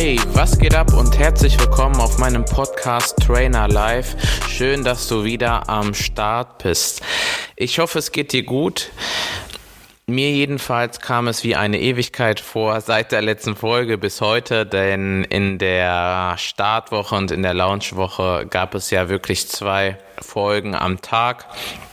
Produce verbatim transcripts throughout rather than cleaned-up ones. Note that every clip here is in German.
Hey, was geht ab und herzlich willkommen auf meinem Podcast Trainer Live. Schön, dass du wieder am Start bist. Ich hoffe, es geht dir gut. Mir jedenfalls kam es wie eine Ewigkeit vor, seit der letzten Folge bis heute, denn in der Startwoche und in der Launchwoche gab es ja wirklich zwei Folgen am Tag.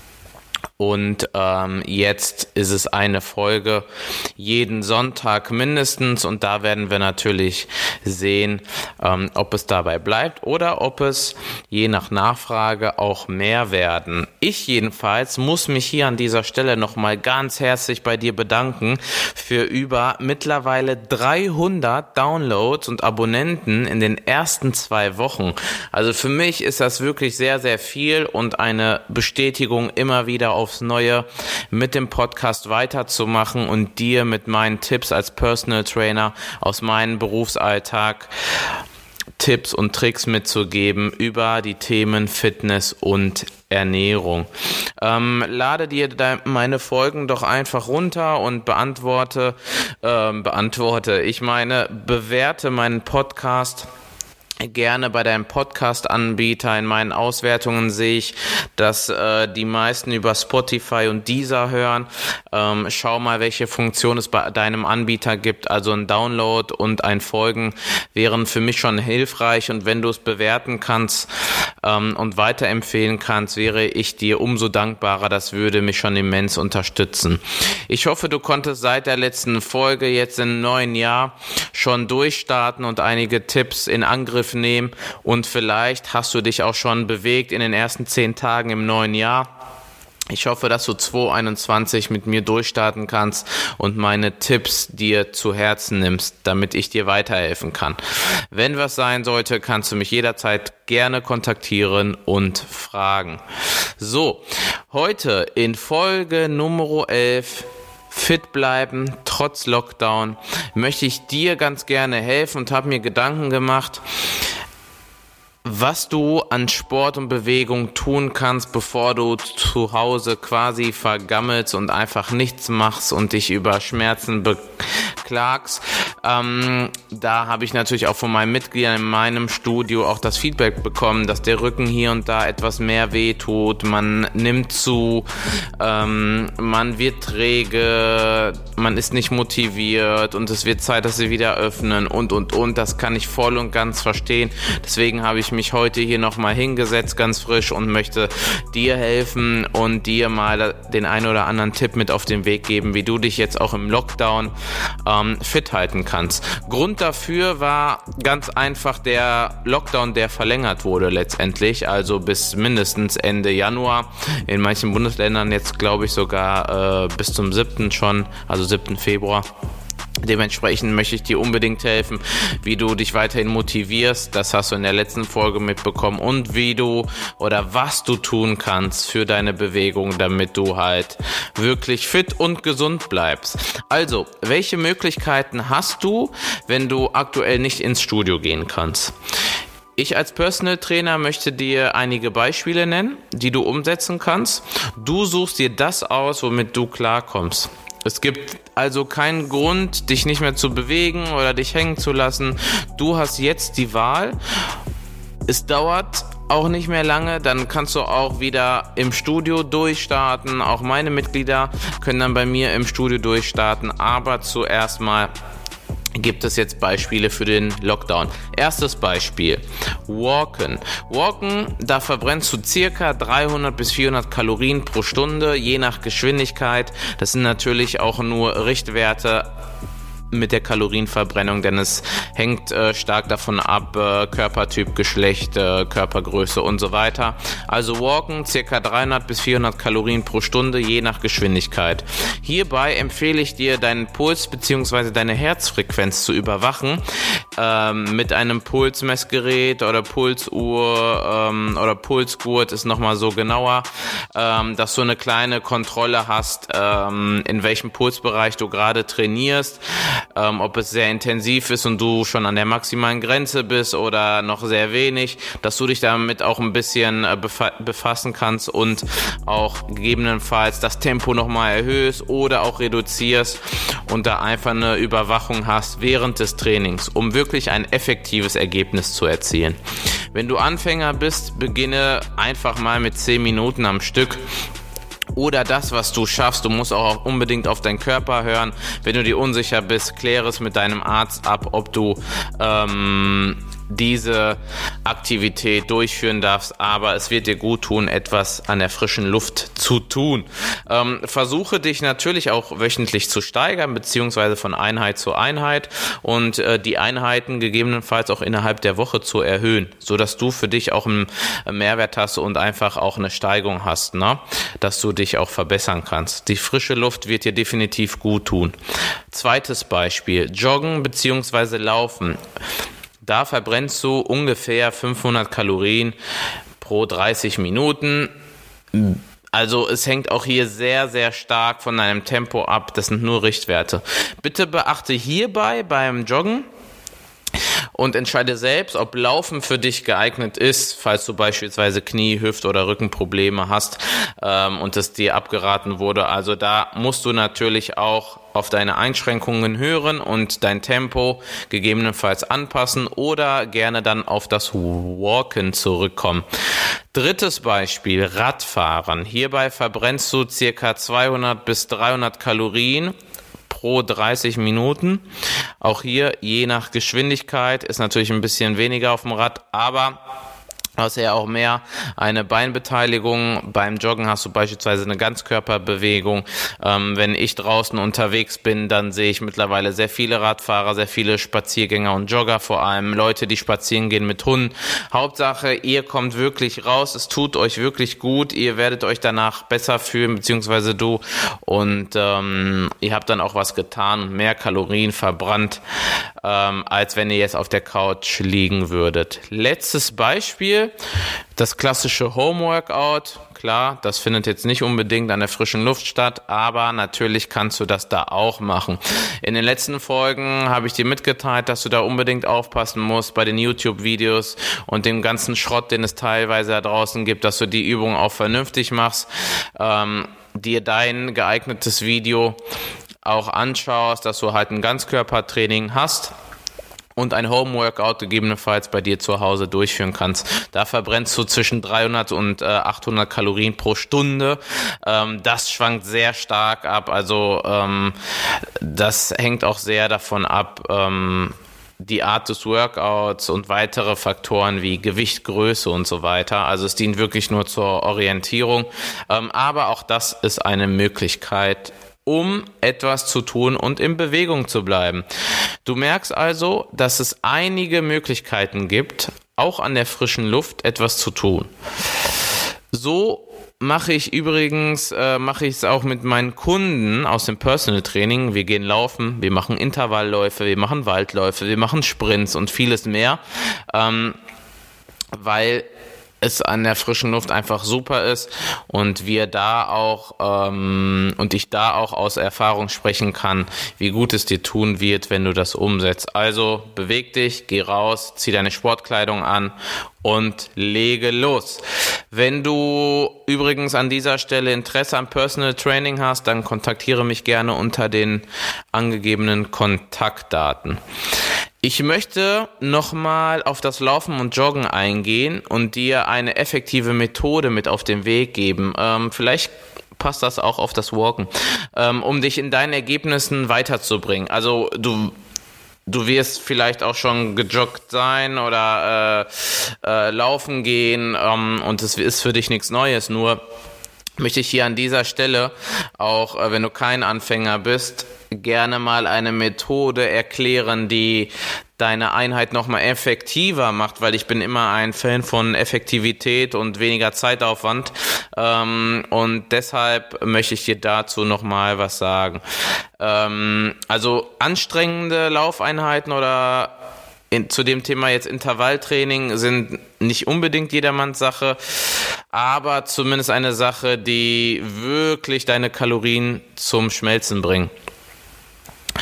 Und ähm, jetzt ist es eine Folge jeden Sonntag mindestens und da werden wir natürlich sehen, ähm, ob es dabei bleibt oder ob es je nach Nachfrage auch mehr werden. Ich jedenfalls muss mich hier an dieser Stelle nochmal ganz herzlich bei dir bedanken für über mittlerweile dreihundert Downloads und Abonnenten in den ersten zwei Wochen. Also für mich ist das wirklich sehr, sehr viel und eine Bestätigung immer wieder aufs Neue mit dem Podcast weiterzumachen und dir mit meinen Tipps als Personal Trainer aus meinem Berufsalltag Tipps und Tricks mitzugeben über die Themen Fitness und Ernährung. Ähm, lade dir meine Folgen doch einfach runter und beantworte, ähm, beantworte, ich meine, bewerte meinen Podcast gerne bei deinem Podcast-Anbieter. In meinen Auswertungen sehe ich, dass äh, die meisten über Spotify und Deezer hören. Ähm, schau mal, welche Funktion es bei deinem Anbieter gibt. Also ein Download und ein Folgen wären für mich schon hilfreich. Und wenn du es bewerten kannst ähm, und weiterempfehlen kannst, wäre ich dir umso dankbarer. Das würde mich schon immens unterstützen. Ich hoffe, du konntest seit der letzten Folge jetzt im neuen Jahr schon durchstarten und einige Tipps in Angriff nehmen und vielleicht hast du dich auch schon bewegt in den ersten zehn Tagen im neuen Jahr. Ich hoffe, dass du zwanzig einundzwanzig mit mir durchstarten kannst und meine Tipps dir zu Herzen nimmst, damit ich dir weiterhelfen kann. Wenn was sein sollte, kannst du mich jederzeit gerne kontaktieren und fragen. So, heute in Folge Nummer elf Fit bleiben, trotz Lockdown, möchte ich dir ganz gerne helfen und habe mir Gedanken gemacht, was du an Sport und Bewegung tun kannst, bevor du zu Hause quasi vergammelst und einfach nichts machst und dich über Schmerzen beklagst. Ähm, da habe ich natürlich auch von meinen Mitgliedern in meinem Studio auch das Feedback bekommen, dass der Rücken hier und da etwas mehr wehtut, man nimmt zu, ähm, man wird träge, man ist nicht motiviert und es wird Zeit, dass sie wieder öffnen und und und. Das kann ich voll und ganz verstehen. Deswegen habe ich mich heute hier nochmal hingesetzt, ganz frisch und möchte dir helfen und dir mal den einen oder anderen Tipp mit auf den Weg geben, wie du dich jetzt auch im Lockdown ähm, fit halten kannst. Grund dafür war ganz einfach der Lockdown, der verlängert wurde letztendlich, also bis mindestens Ende Januar. In manchen Bundesländern jetzt glaube ich sogar äh, bis zum siebten schon, also siebten Februar. Dementsprechend möchte ich dir unbedingt helfen, wie du dich weiterhin motivierst. Das hast du in der letzten Folge mitbekommen und wie du oder was du tun kannst für deine Bewegung, damit du halt wirklich fit und gesund bleibst. Also, welche Möglichkeiten hast du, wenn du aktuell nicht ins Studio gehen kannst? Ich als Personal Trainer möchte dir einige Beispiele nennen, die du umsetzen kannst. Du suchst dir das aus, womit du klarkommst. Es gibt also keinen Grund, dich nicht mehr zu bewegen oder dich hängen zu lassen. Du hast jetzt die Wahl. Es dauert auch nicht mehr lange, dann kannst du auch wieder im Studio durchstarten. Auch meine Mitglieder können dann bei mir im Studio durchstarten. Aber zuerst mal gibt es jetzt Beispiele für den Lockdown. Erstes Beispiel, Walken. Walken, da verbrennst du circa dreihundert bis vierhundert Kalorien pro Stunde, je nach Geschwindigkeit. Das sind natürlich auch nur Richtwerte mit der Kalorienverbrennung, denn es hängt äh, stark davon ab, äh, Körpertyp, Geschlecht, äh, Körpergröße und so weiter. Also Walken, circa dreihundert bis vierhundert Kalorien pro Stunde, je nach Geschwindigkeit. Hierbei empfehle ich dir, deinen Puls bzw. deine Herzfrequenz zu überwachen, ähm, mit einem Pulsmessgerät oder Pulsuhr ähm, oder Pulsgurt ist nochmal so genauer, ähm, dass du eine kleine Kontrolle hast, ähm, in welchem Pulsbereich du gerade trainierst. Ähm, ob es sehr intensiv ist und du schon an der maximalen Grenze bist oder noch sehr wenig, dass du dich damit auch ein bisschen äh, befa- befassen kannst und auch gegebenenfalls das Tempo nochmal erhöhst oder auch reduzierst und da einfach eine Überwachung hast während des Trainings, um wirklich wirklich ein effektives Ergebnis zu erzielen. Wenn du Anfänger bist, beginne einfach mal mit zehn Minuten am Stück. Oder das, was du schaffst, du musst auch unbedingt auf deinen Körper hören. Wenn du dir unsicher bist, kläre es mit deinem Arzt ab, ob du ähm, diese Aktivität durchführen darfst. Aber es wird dir gut tun, etwas an der frischen Luft zu tun. Ähm, versuche dich natürlich auch wöchentlich zu steigern, beziehungsweise von Einheit zu Einheit und äh, die Einheiten gegebenenfalls auch innerhalb der Woche zu erhöhen, sodass du für dich auch einen Mehrwert hast und einfach auch eine Steigerung hast, ne? Dass du dich auch verbessern kannst. Die frische Luft wird dir definitiv gut tun. Zweites Beispiel, Joggen bzw. Laufen. Da verbrennst du ungefähr fünfhundert Kalorien pro dreißig Minuten. Also es hängt auch hier sehr, sehr stark von deinem Tempo ab. Das sind nur Richtwerte. Bitte beachte hierbei beim Joggen und entscheide selbst, ob Laufen für dich geeignet ist, falls du beispielsweise Knie-, Hüft- oder Rückenprobleme hast ähm, und es dir abgeraten wurde. Also da musst du natürlich auch auf deine Einschränkungen hören und dein Tempo gegebenenfalls anpassen oder gerne dann auf das Walken zurückkommen. Drittes Beispiel, Radfahren. Hierbei verbrennst du circa zweihundert bis dreihundert Kalorien pro dreißig Minuten. Auch hier, je nach Geschwindigkeit, ist natürlich ein bisschen weniger auf dem Rad, aber du hast ja auch mehr eine Beinbeteiligung. Beim Joggen hast du beispielsweise eine Ganzkörperbewegung. Ähm, wenn ich draußen unterwegs bin, dann sehe ich mittlerweile sehr viele Radfahrer, sehr viele Spaziergänger und Jogger, vor allem Leute, die spazieren gehen mit Hunden. Hauptsache, ihr kommt wirklich raus, es tut euch wirklich gut, ihr werdet euch danach besser fühlen, beziehungsweise du, und ähm, ihr habt dann auch was getan und mehr Kalorien verbrannt, ähm, als wenn ihr jetzt auf der Couch liegen würdet. Letztes Beispiel, das klassische Home-Workout. Klar, das findet jetzt nicht unbedingt an der frischen Luft statt, aber natürlich kannst du das da auch machen. In den letzten Folgen habe ich dir mitgeteilt, dass du da unbedingt aufpassen musst bei den YouTube-Videos und dem ganzen Schrott, den es teilweise da draußen gibt, dass du die Übung auch vernünftig machst, ähm, dir dein geeignetes Video auch anschaust, dass du halt ein Ganzkörpertraining hast und ein Home-Workout gegebenenfalls bei dir zu Hause durchführen kannst. Da verbrennst du zwischen dreihundert und achthundert Kalorien pro Stunde. Ähm, das schwankt sehr stark ab. Also ähm, das hängt auch sehr davon ab, ähm, die Art des Workouts und weitere Faktoren wie Gewicht, Größe und so weiter. Also es dient wirklich nur zur Orientierung. Ähm, aber auch das ist eine Möglichkeit, um etwas zu tun und in Bewegung zu bleiben. Du merkst also, dass es einige Möglichkeiten gibt, auch an der frischen Luft etwas zu tun. So mache ich übrigens, äh, mache ich es auch mit meinen Kunden aus dem Personal Training. Wir gehen laufen, wir machen Intervallläufe, wir machen Waldläufe, wir machen Sprints und vieles mehr, ähm, weil es an der frischen Luft einfach super ist und wir da auch ähm, und ich da auch aus Erfahrung sprechen kann, wie gut es dir tun wird, wenn du das umsetzt. Also beweg dich, geh raus, zieh deine Sportkleidung an und lege los. Wenn du übrigens an dieser Stelle Interesse am Personal Training hast, dann kontaktiere mich gerne unter den angegebenen Kontaktdaten. Ich möchte nochmal auf das Laufen und Joggen eingehen und dir eine effektive Methode mit auf den Weg geben. Ähm, vielleicht passt das auch auf das Walken, ähm, um dich in deinen Ergebnissen weiterzubringen. Also du Du wirst vielleicht auch schon gejoggt sein oder äh, äh, laufen gehen ähm, und es ist für dich nichts Neues. Nur möchte ich hier an dieser Stelle auch, äh, wenn du kein Anfänger bist, gerne mal eine Methode erklären, die deine Einheit nochmal effektiver macht, weil ich bin immer ein Fan von Effektivität und weniger Zeitaufwand ähm, und deshalb möchte ich dir dazu nochmal was sagen. Ähm, also anstrengende Laufeinheiten oder in, zu dem Thema jetzt Intervalltraining sind nicht unbedingt jedermanns Sache, aber zumindest eine Sache, die wirklich deine Kalorien zum Schmelzen bringen.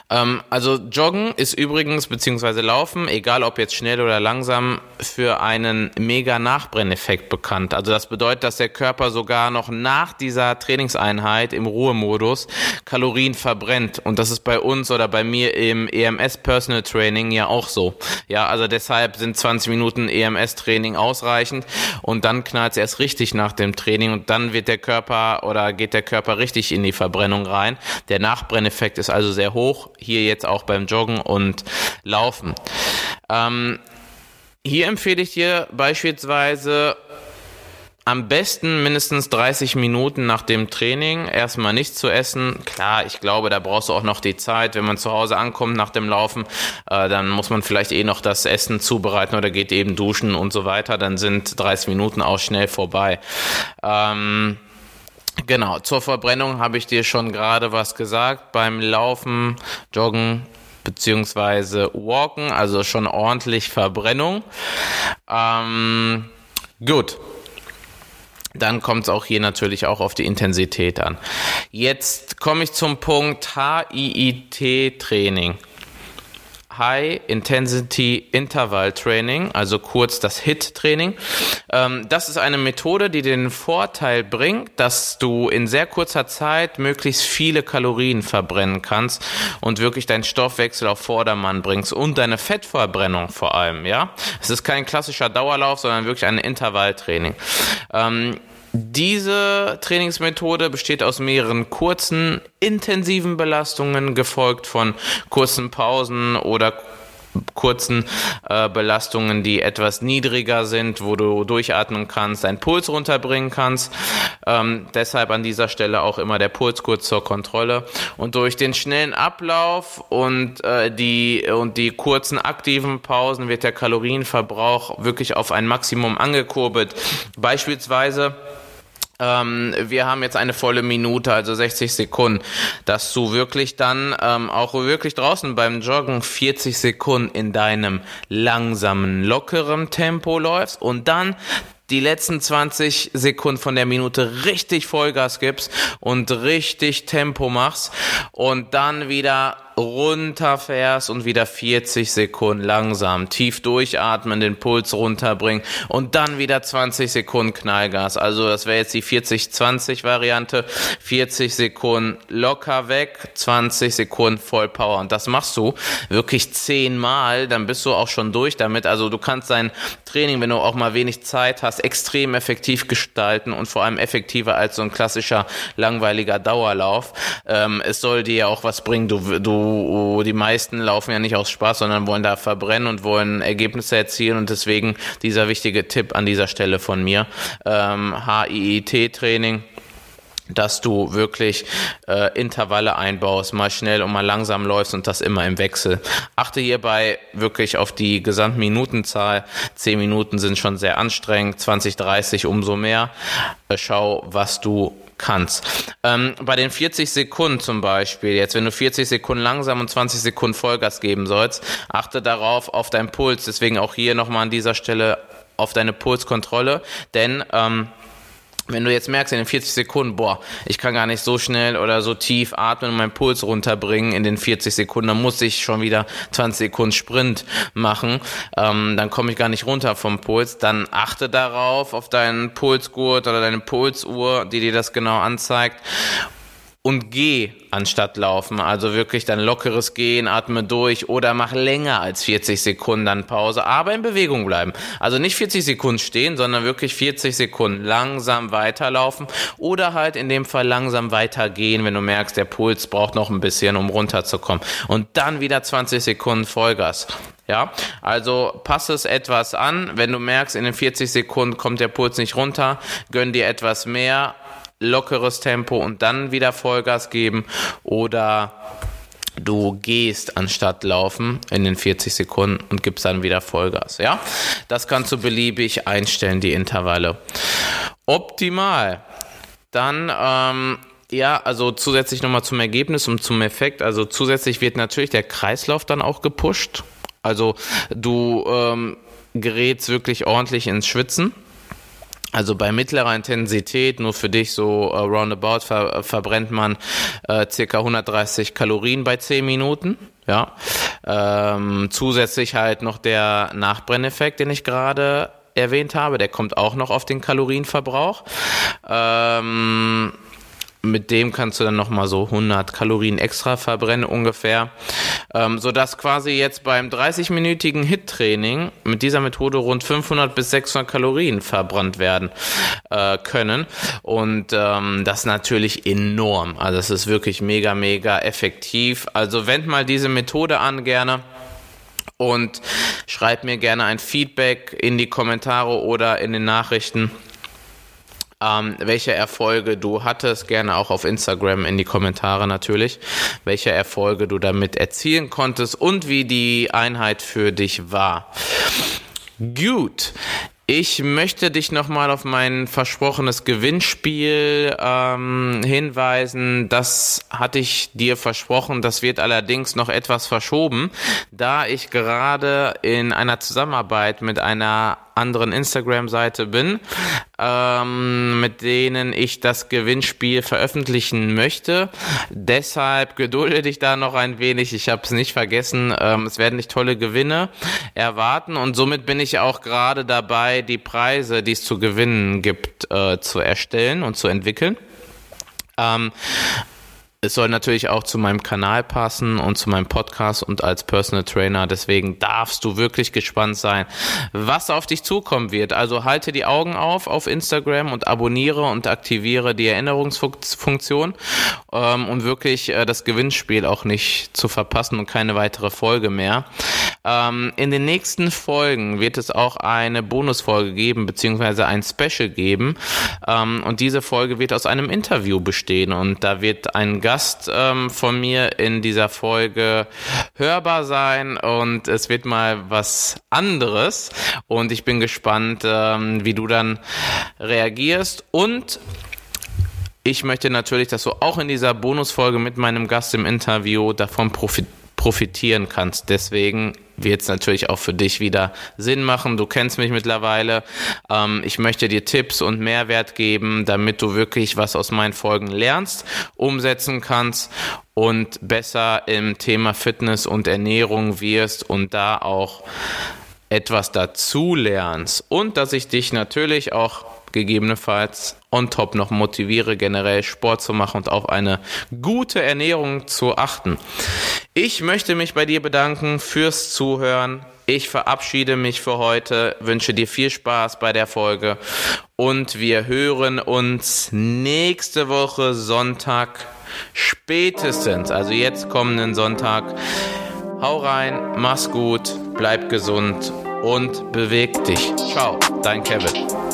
Ähm, also Joggen ist übrigens, beziehungsweise Laufen, egal ob jetzt schnell oder langsam, für einen mega Nachbrenneffekt bekannt. Also das bedeutet, dass der Körper sogar noch nach dieser Trainingseinheit im Ruhemodus Kalorien verbrennt. Und das ist bei uns oder bei mir im E M S Personal Training ja auch so. Ja, also deshalb sind zwanzig Minuten E M S Training ausreichend und dann knallt es erst richtig nach dem Training und dann wird der Körper oder geht der Körper richtig in die Verbrennung rein. Der Nachbrenneffekt ist also sehr hoch. Hier jetzt auch beim Joggen und Laufen. Ähm, hier empfehle ich dir beispielsweise am besten mindestens dreißig Minuten nach dem Training erstmal nichts zu essen. Klar, ich glaube, da brauchst du auch noch die Zeit. Wenn man zu Hause ankommt nach dem Laufen, äh, dann muss man vielleicht eh noch das Essen zubereiten oder geht eben duschen und so weiter. Dann sind dreißig Minuten auch schnell vorbei. Ähm, Genau, zur Verbrennung habe ich dir schon gerade was gesagt. Beim Laufen, Joggen beziehungsweise Walken, also schon ordentlich Verbrennung. Ähm, gut. Dann kommt es auch hier natürlich auch auf die Intensität an. Jetzt komme ich zum Punkt H I I T-Training. High Intensity Interval Training, also kurz das H I T-Training. Ähm, das ist eine Methode, die den Vorteil bringt, dass du in sehr kurzer Zeit möglichst viele Kalorien verbrennen kannst und wirklich deinen Stoffwechsel auf Vordermann bringst und deine Fettverbrennung vor allem, ja. Es ist kein klassischer Dauerlauf, sondern wirklich ein Intervalltraining. Ähm, Diese Trainingsmethode besteht aus mehreren kurzen, intensiven Belastungen, gefolgt von kurzen Pausen oder kurzen äh, Belastungen, die etwas niedriger sind, wo du durchatmen kannst, deinen Puls runterbringen kannst. Ähm, deshalb an dieser Stelle auch immer der Puls kurz zur Kontrolle. Und durch den schnellen Ablauf und äh, die und die kurzen aktiven Pausen wird der Kalorienverbrauch wirklich auf ein Maximum angekurbelt. Beispielsweise Ähm, wir haben jetzt eine volle Minute, also sechzig Sekunden, dass du wirklich dann ähm, auch wirklich draußen beim Joggen vierzig Sekunden in deinem langsamen, lockeren Tempo läufst und dann die letzten zwanzig Sekunden von der Minute richtig Vollgas gibst und richtig Tempo machst und dann wieder runterfährst und wieder vierzig Sekunden langsam tief durchatmen, den Puls runterbringen und dann wieder zwanzig Sekunden Knallgas. Also das wäre jetzt die vierzig zwanzig Variante. vierzig Sekunden locker weg, zwanzig Sekunden Vollpower. Und das machst du wirklich zehnmal, dann bist du auch schon durch damit. Also du kannst dein Training, wenn du auch mal wenig Zeit hast, extrem effektiv gestalten und vor allem effektiver als so ein klassischer langweiliger Dauerlauf. Ähm, es soll dir ja auch was bringen. Du, du Die meisten laufen ja nicht aus Spaß, sondern wollen da verbrennen und wollen Ergebnisse erzielen und deswegen dieser wichtige Tipp an dieser Stelle von mir, ähm, H I I T-Training, dass du wirklich äh, Intervalle einbaust, mal schnell und mal langsam läufst und das immer im Wechsel. Achte hierbei wirklich auf die Gesamtminutenzahl. zehn Minuten sind schon sehr anstrengend, zwanzig, dreißig umso mehr. Äh, schau, was du kannst. Ähm, bei den vierzig Sekunden zum Beispiel, jetzt wenn du vierzig Sekunden langsam und zwanzig Sekunden Vollgas geben sollst, achte darauf auf deinen Puls. Deswegen auch hier nochmal an dieser Stelle auf deine Pulskontrolle, denn ähm, wenn du jetzt merkst in den vierzig Sekunden, boah, ich kann gar nicht so schnell oder so tief atmen und meinen Puls runterbringen in den vierzig Sekunden, dann muss ich schon wieder zwanzig Sekunden Sprint machen, ähm, dann komme ich gar nicht runter vom Puls, dann achte darauf, auf deinen Pulsgurt oder deine Pulsuhr, die dir das genau anzeigt. Und geh anstatt laufen, also wirklich dann lockeres Gehen, atme durch oder mach länger als vierzig Sekunden dann Pause, aber in Bewegung bleiben. Also nicht vierzig Sekunden stehen, sondern wirklich vierzig Sekunden langsam weiterlaufen oder halt in dem Fall langsam weitergehen, wenn du merkst, der Puls braucht noch ein bisschen, um runterzukommen. Und dann wieder zwanzig Sekunden Vollgas. Ja, also passe es etwas an, wenn du merkst, in den vierzig Sekunden kommt der Puls nicht runter, gönn dir etwas mehr, lockeres Tempo und dann wieder Vollgas geben oder du gehst anstatt laufen in den vierzig Sekunden und gibst dann wieder Vollgas, ja? Das kannst du beliebig einstellen, die Intervalle. Optimal. Dann, ähm, ja, also zusätzlich nochmal zum Ergebnis und zum Effekt, also zusätzlich wird natürlich der Kreislauf dann auch gepusht. Also du ähm, gerätst wirklich ordentlich ins Schwitzen. Also bei mittlerer Intensität, nur für dich so uh, roundabout, ver- verbrennt man äh, circa hundertdreißig Kalorien bei zehn Minuten. Ja, ähm, zusätzlich halt noch der Nachbrenneffekt, den ich gerade erwähnt habe, der kommt auch noch auf den Kalorienverbrauch. Ähm, mit dem kannst du dann nochmal so hundert Kalorien extra verbrennen ungefähr, ähm, sodass quasi jetzt beim dreißig-minütigen H I I T-Training mit dieser Methode rund fünfhundert bis sechshundert Kalorien verbrannt werden äh, können und ähm, das ist natürlich enorm, also es ist wirklich mega, mega effektiv, also wend mal diese Methode an gerne. Und schreib mir gerne ein Feedback in die Kommentare oder in den Nachrichten, ähm, welche Erfolge du hattest, gerne auch auf Instagram in die Kommentare natürlich, welche Erfolge du damit erzielen konntest und wie die Einheit für dich war. Gut. Ich möchte dich nochmal auf mein versprochenes Gewinnspiel ähm, hinweisen. Das hatte ich dir versprochen, das wird allerdings noch etwas verschoben, da ich gerade in einer Zusammenarbeit mit einer anderen Instagram-Seite bin, ähm, mit denen ich das Gewinnspiel veröffentlichen möchte. Deshalb gedulde dich da noch ein wenig. Ich habe es nicht vergessen. Ähm, es werden nicht tolle Gewinne erwarten und somit bin ich auch gerade dabei, die Preise, die es zu gewinnen gibt, äh, zu erstellen und zu entwickeln. Ähm, Es soll natürlich auch zu meinem Kanal passen und zu meinem Podcast und als Personal Trainer. Deswegen darfst du wirklich gespannt sein, was auf dich zukommen wird. Also halte die Augen auf auf Instagram und abonniere und aktiviere die Erinnerungsfunktion, ähm, um wirklich äh, das Gewinnspiel auch nicht zu verpassen und keine weitere Folge mehr. Ähm, in den nächsten Folgen wird es auch eine Bonusfolge geben, beziehungsweise ein Special geben. Ähm, und diese Folge wird aus einem Interview bestehen und da wird ein Gast ähm, von mir in dieser Folge hörbar sein und es wird mal was anderes und ich bin gespannt, ähm, wie du dann reagierst und ich möchte natürlich, dass du auch in dieser Bonusfolge mit meinem Gast im Interview davon profitierst. profitieren kannst. Deswegen wird es natürlich auch für dich wieder Sinn machen. Du kennst mich mittlerweile. Ähm, ich möchte dir Tipps und Mehrwert geben, damit du wirklich was aus meinen Folgen lernst, umsetzen kannst und besser im Thema Fitness und Ernährung wirst und da auch etwas dazu lernst. Und dass ich dich natürlich auch gegebenenfalls on top noch motiviere, generell Sport zu machen und auf eine gute Ernährung zu achten. Ich möchte mich bei dir bedanken fürs Zuhören. Ich verabschiede mich für heute, wünsche dir viel Spaß bei der Folge und wir hören uns nächste Woche Sonntag spätestens, also jetzt kommenden Sonntag. Hau rein, mach's gut, bleib gesund und beweg dich. Ciao, dein Kevin.